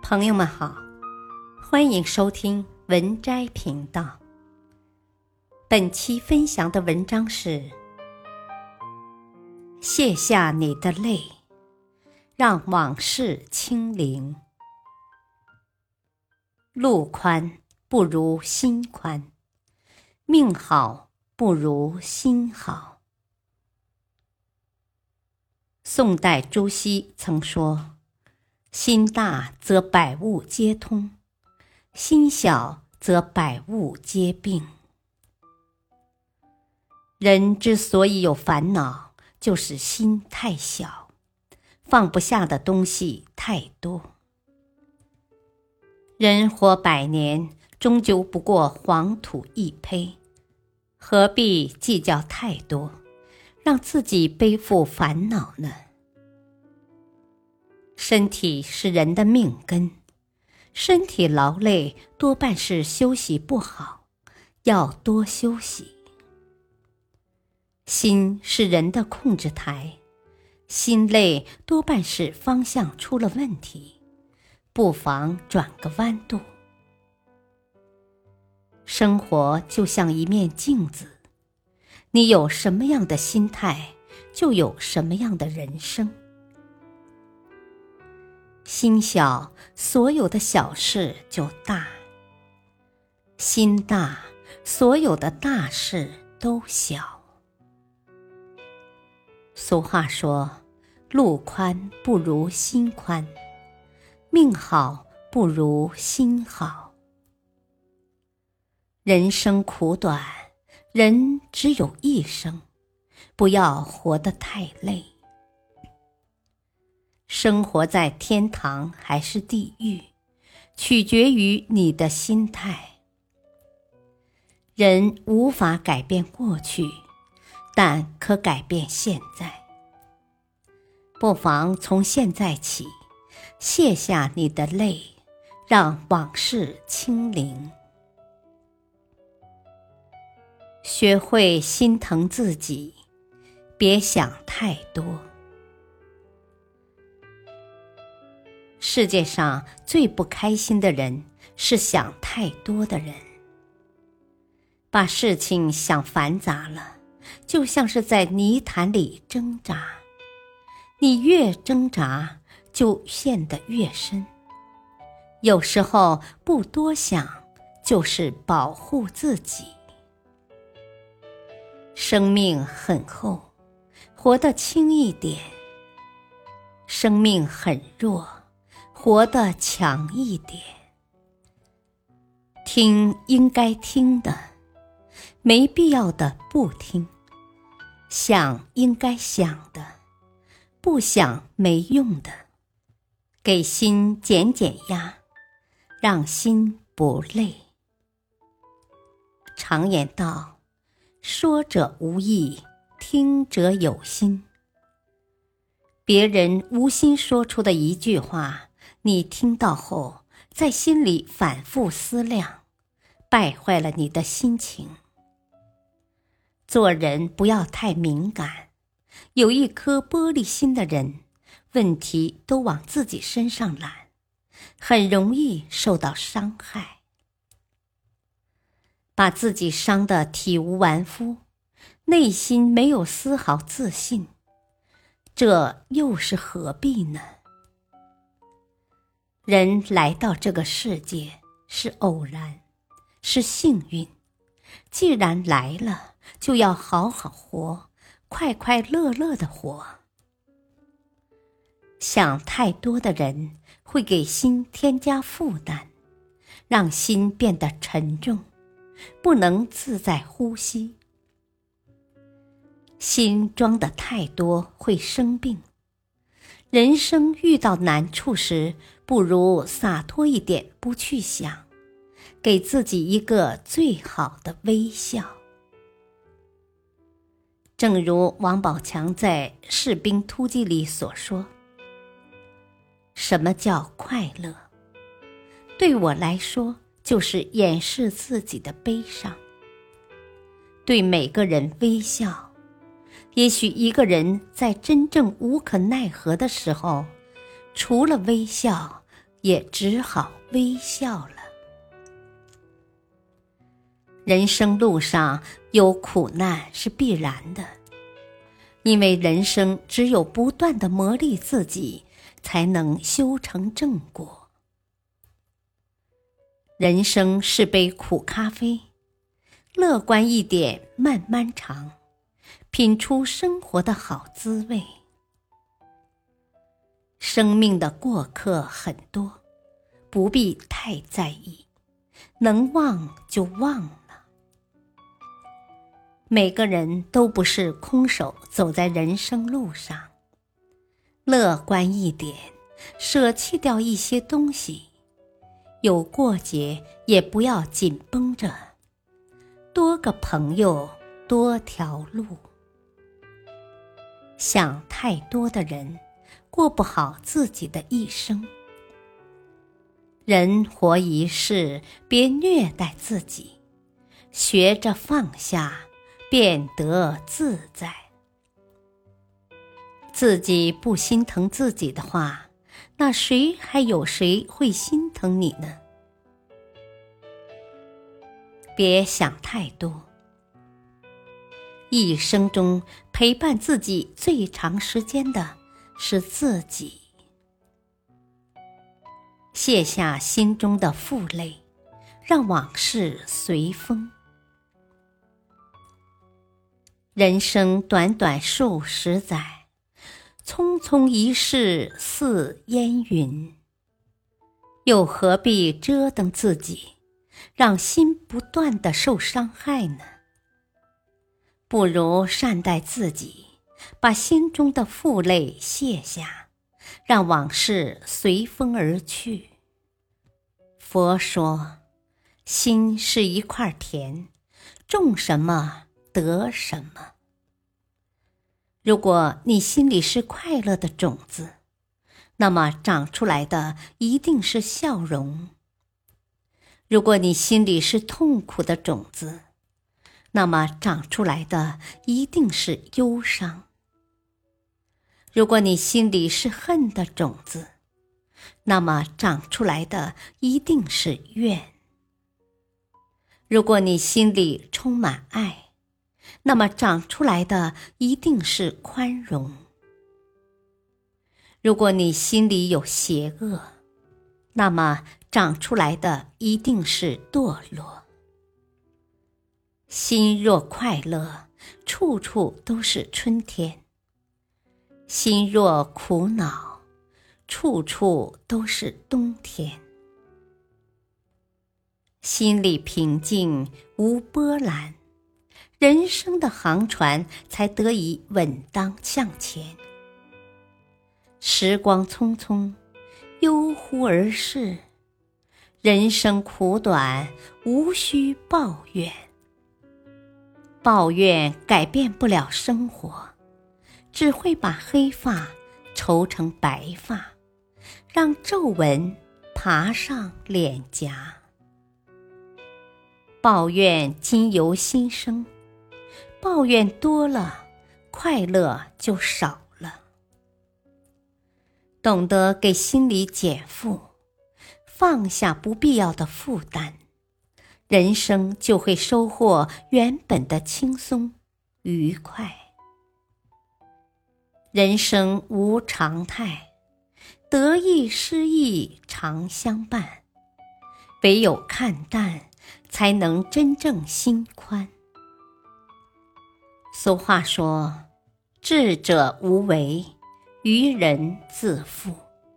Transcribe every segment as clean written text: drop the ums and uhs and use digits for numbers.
朋友们好，欢迎收听文摘频道。本期分享的文章是：卸下你的泪，让往事清零。路宽不如心宽，命好不如心好。宋代朱熹曾说，心大则百物皆通，心小则百物皆病。人之所以有烦恼，就是心太小，放不下的东西太多。人活100年，终究不过黄土一坯，何必计较太多，让自己背负烦恼呢？身体是人的命根，身体劳累多半是休息不好，要多休息。心是人的控制台，心累多半是方向出了问题，不妨转个弯度。生活就像一面镜子，你有什么样的心态，就有什么样的人生。心小，所有的小事就大；心大，所有的大事都小。俗话说，路宽不如心宽，命好不如心好。人生苦短，人只有一生，不要活得太累。生活在天堂还是地狱，取决于你的心态。人无法改变过去，但可改变现在。不妨从现在起，卸下你的泪，让往事清零。学会心疼自己，别想太多。世界上最不开心的人是想太多的人。把事情想繁杂了，就像是在泥潭里挣扎，你越挣扎就陷得越深。有时候不多想，就是保护自己。生命很厚，活得轻一点；生命很弱，活得强一点。听应该听的，没必要的不听；想应该想的，不想没用的。给心减减压，让心不累。常言道，说者无意，听者有心。别人无心说出的一句话，你听到后，在心里反复思量，败坏了你的心情。做人不要太敏感，有一颗玻璃心的人，问题都往自己身上揽，很容易受到伤害。把自己伤得体无完肤，内心没有丝毫自信，这又是何必呢？人来到这个世界是偶然，是幸运。既然来了，就要好好活，快快乐乐地活。想太多的人会给心添加负担，让心变得沉重，不能自在呼吸。心装得太多会生病。人生遇到难处时，不如洒脱一点，不去想，给自己一个最好的微笑。正如王宝强在《士兵突击》里所说，什么叫快乐？对我来说，就是掩饰自己的悲伤。对每个人微笑。也许一个人在真正无可奈何的时候，除了微笑， 也只好微笑了。人生路上有苦难是必然的，因为人生只有不断地磨砺自己，才能修成正果。人生是杯苦咖啡，乐观一点，慢慢尝，品出生活的好滋味。生命的过客很多，不必太在意，能忘就忘了。每个人都不是空手走在人生路上，乐观一点，舍弃掉一些东西，有过节也不要紧绷着，多个朋友，多条路。想太多的人，过不好自己的一生。人活一世，别虐待自己，学着放下，便得自在。自己不心疼自己的话，那谁还有谁会心疼你呢？别想太多。一生中陪伴自己最长时间的是自己。卸下心中的负累，让往事随风。人生短短数十载，匆匆一世似烟云，又何必折腾自己，让心不断地受伤害呢？不如善待自己，把心中的负累卸下，让往事随风而去。佛说，心是一块田，种什么得什么。如果你心里是快乐的种子，那么长出来的一定是笑容。如果你心里是痛苦的种子，那么长出来的一定是忧伤。如果你心里是恨的种子，那么长出来的一定是怨。如果你心里充满爱，那么长出来的一定是宽容。如果你心里有邪恶，那么长出来的一定是堕落。心若快乐，处处都是春天；心若苦恼，处处都是冬天。心里平静，无波澜，人生的航船才得以稳当向前。时光匆匆，悠忽而逝，人生苦短，无需抱怨。抱怨改变不了生活，只会把黑发愁成白发，让皱纹爬上脸颊。抱怨经由心生，抱怨多了，快乐就少了。懂得给心里减负，放下不必要的负担，人生就会收获原本的轻松愉快。人生无常态，得意失意常相伴，唯有看淡，才能真正心宽。俗话说，智者无为，愚人自负。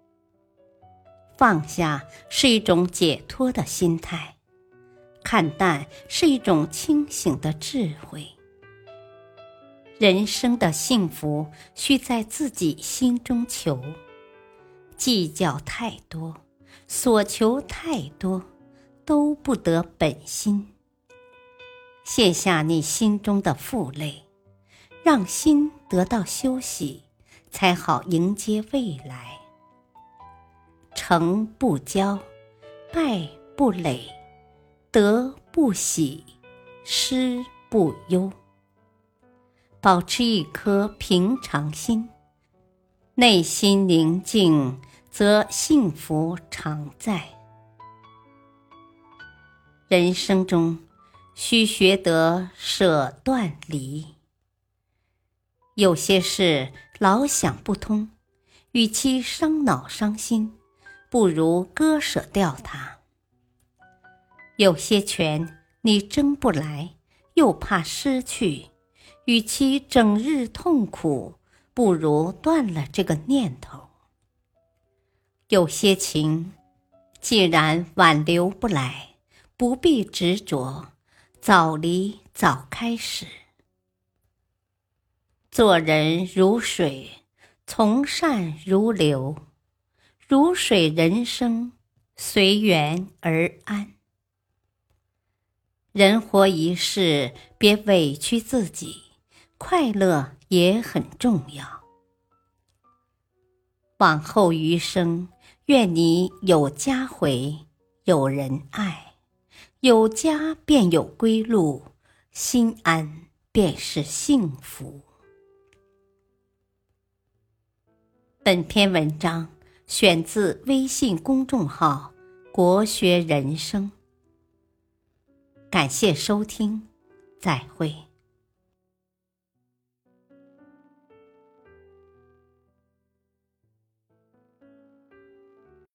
放下是一种解脱的心态，看淡是一种清醒的智慧。人生的幸福需在自己心中求，计较太多，所求太多，都不得本心。卸下你心中的负累，让心得到休息，才好迎接未来。成不骄，败不馁，得不喜，失不忧。保持一颗平常心，内心宁静， 则幸福常在。人生中须学得舍断离，有些事老想不通，与其伤脑伤心，不如割舍掉它。有些权你争不来，又怕失去，与其整日痛苦，不如断了这个念头。有些情既然挽留不来，不必执着，早离早开始。做人如水，从善如流，如水人生，随缘而安。人活一世，别委屈自己，快乐也很重要。往后余生，愿你有家回，有人爱，有家便有归路，心安便是幸福。本篇文章选自微信公众号国学人生。感谢收听，再会。